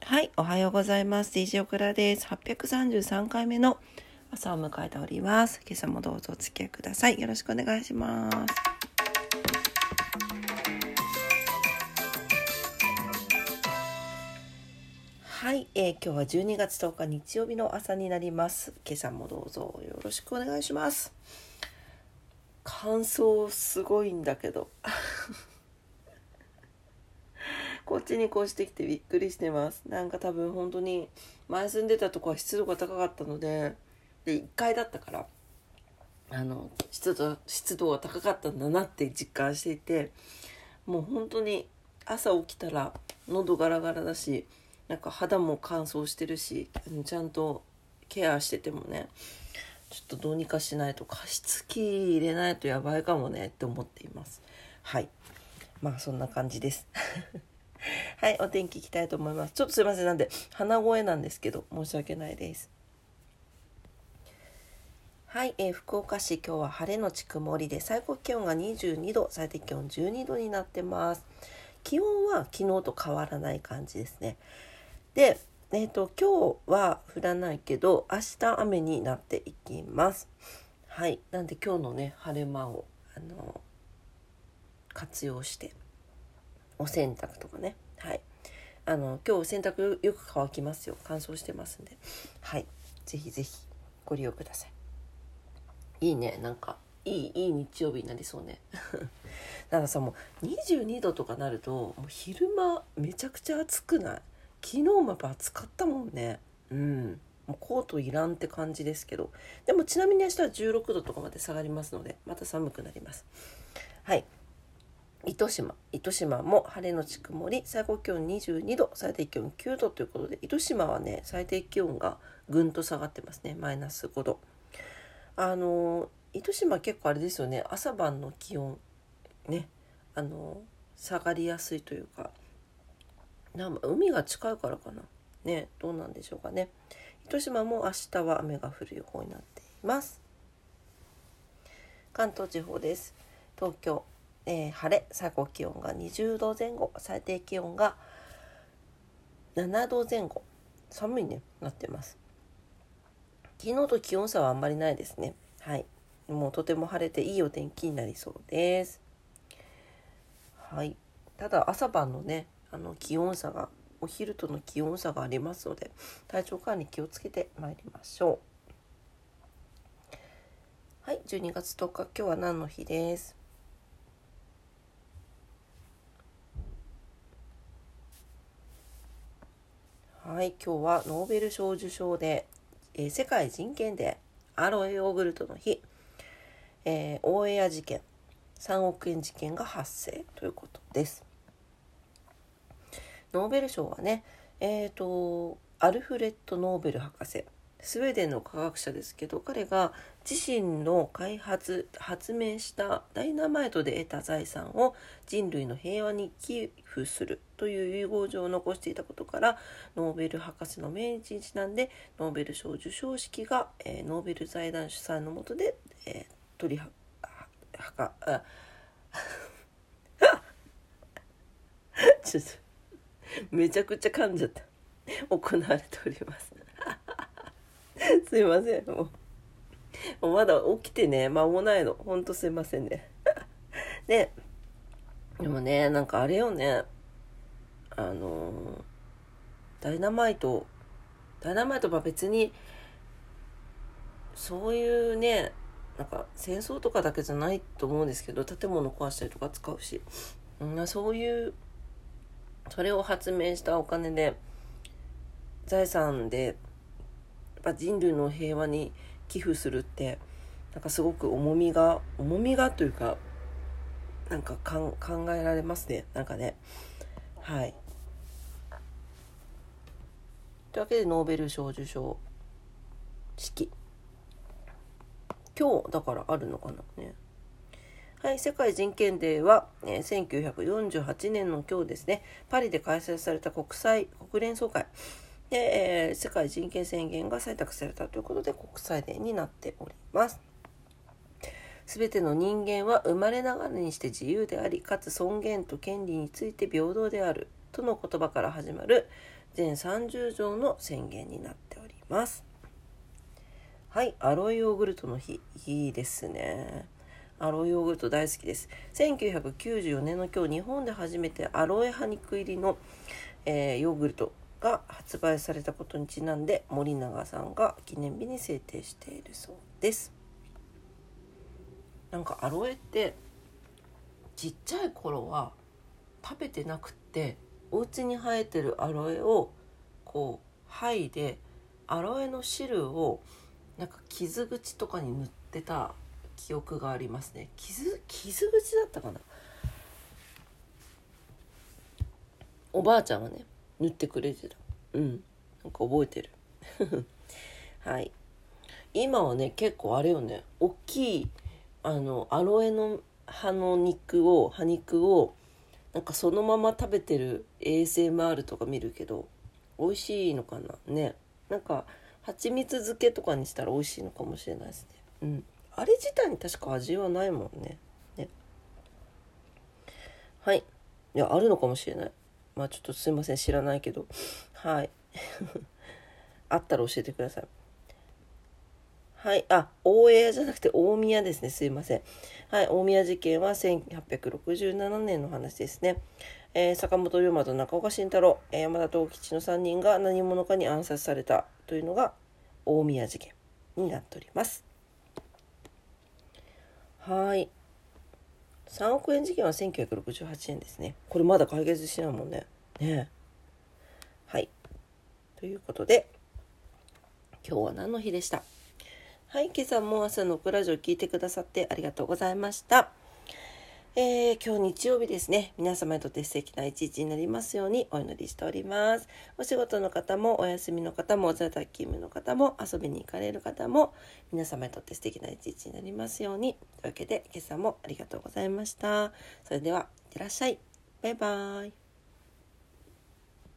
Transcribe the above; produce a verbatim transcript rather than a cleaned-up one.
はい、おはようございます。ディージェー オクラです。はっぴゃくさんじゅうさんかいめの朝を迎えております。今朝もどうぞお付き合いください。よろしくお願いします。はい、えー、今日はじゅうにがつとおか日曜日の朝になります。今朝もどうぞよろしくお願いします。乾燥すごいんだけどこっちに越してきてびっくりしてます。なんか多分本当に前住んでたとこは湿度が高かったので、でいっかいだったからあの湿度湿度が高かったんだなって実感していて、もう本当に朝起きたら喉ガラガラだし、なんか肌も乾燥してるし、ちゃんとケアしててもね、ちょっとどうにかしないと、加湿器入れないとやばいかもねって思っています。はい、まあそんな感じですはい、お天気いきたいと思います。ちょっとすいません、なんで鼻声なんですけど申し訳ないです。はい、えー、福岡市今日は晴れのち曇りで最高気温がにじゅうにど、最低気温じゅうにどになってます。気温は昨日と変わらない感じですね。で、えーと、今日は降らないけど明日雨になっていきます。はい、なんで今日のね晴れ間をあの活用してお洗濯とかね、はい、あの今日洗濯よく乾きますよ。乾燥してますんで、はい、ぜひぜひご利用ください。いいね、なんかいいいい日曜日になりそうねだからさ、もうにじゅうにどとかなるともう昼間めちゃくちゃ暑くない？昨日もやっぱ暑かったもんね。うん、もうコートいらんって感じですけど、でもちなみに明日はじゅうろくどとかまで下がりますので、また寒くなります。はい、糸島糸島も晴れのち曇り、最高気温にじゅうにど、最低気温きゅうどということで、糸島はね最低気温がぐんと下がってますね。マイナスごど。あの糸島結構あれですよね、朝晩の気温ね、あの下がりやすいというか、なん海が近いからかなね、どうなんでしょうかね。糸島も明日は雨が降る予報になっています。関東地方です。東京、えー、晴れ、最高気温がにじゅうどぜん後、最低気温がななどぜん後、寒いねなってます。昨日と気温差はあんまりないですね。はい、もうとても晴れていいお天気になりそうです。はい、ただ朝晩のねあの気温差が、お昼との気温差がありますので、体調管理気をつけてまいりましょう。はい、じゅうにがつとおか、今日は何の日です。はい、今日はノーベル賞受賞で、えー、世界人権デー、アロエヨーグルトの日、えー、大江谷事件、さんおくえん事件が発生ということです。ノーベル賞はね、えーと、アルフレッド・ノーベル博士、スウェーデンの科学者ですけど、彼が自身の開発発明したダイナマイトで得た財産を人類の平和に寄付するという遺言状を残していたことから、ノーベル博士の命日にちなんでノーベル賞授賞式が、えー、ノーベル財団主催の下で、えー、取りははかあちょっとめちゃくちゃ噛んじゃった。行われておりますすいません、もうもうまだ起きてね間もないの、ほんとすいませんねででもね、なんかあれよね、あのダイナマイトダイナマイトは別にそういうね、なんか戦争とかだけじゃないと思うんですけど、建物壊したりとか使うし、うん、そういうそれを発明したお金で財産でやっぱ人類の平和に寄付するって、なんかすごく重みが重みがというか、なんかかん考えられますね、なんかね。はい、というわけでノーベル賞受賞式今日だからあるのかなね。はい、世界人権デーは、えー、せんきゅうひゃくよんじゅうはちねんの今日ですね、パリで開催された国際国連総会で、えー、世界人権宣言が採択されたということで国際デーになっております。すべての人間は生まれながらにして自由であり、かつ尊厳と権利について平等であるとの言葉から始まる全さんじゅう条の宣言になっております。はい、アロイヨーグルトの日、いいですね。アロエヨーグルト大好きです。せんきゅうひゃくきゅうじゅうよねんの今日、日本で初めてアロエ葉肉入りの、えー、ヨーグルトが発売されたことにちなんで、森永さんが記念日に制定しているそうです。なんかアロエってちっちゃい頃は食べてなくって、お家に生えてるアロエをこう剥いで、アロエの汁をなんか傷口とかに塗ってた記憶がありますね。傷、傷口だったかな。おばあちゃんはね塗ってくれてた。うんなんか覚えてるはい。今はね結構あれよね、大きいあのアロエの葉の肉を葉肉をなんかそのまま食べてる エーエスエムアール とか見るけど、美味しいのかなね。なんか蜂蜜漬けとかにしたら美味しいのかもしれないですね。うんあれ自体に確か味はないもんね。ね。はい。いや、あるのかもしれない。まあちょっとすいません、知らないけど。はい。あったら教えてください。はい。あ、大江屋じゃなくて大宮ですね。すいません。はい。大宮事件はせんはっぴゃくろくじゅうななねんの話ですね。えー、坂本龍馬と中岡慎太郎、えー、山田藤吉のさんにんが何者かに暗殺されたというのが大宮事件になっております。はい。さんおくえん事件はせんきゅうひゃくろくじゅうはちねんですね。これまだ解決してないもんね。ねはい。ということで、今日は何の日でした。はい。今朝も朝のクラジオ聞いてくださってありがとうございました。えー、今日日曜日ですね。皆様にとって素敵な一日になりますようにお祈りしております。お仕事の方もお休みの方も在宅勤務の方も遊びに行かれる方も皆様にとって素敵な一日になりますように。というわけで今朝もありがとうございました。それではいってらっしゃい。バイバーイ。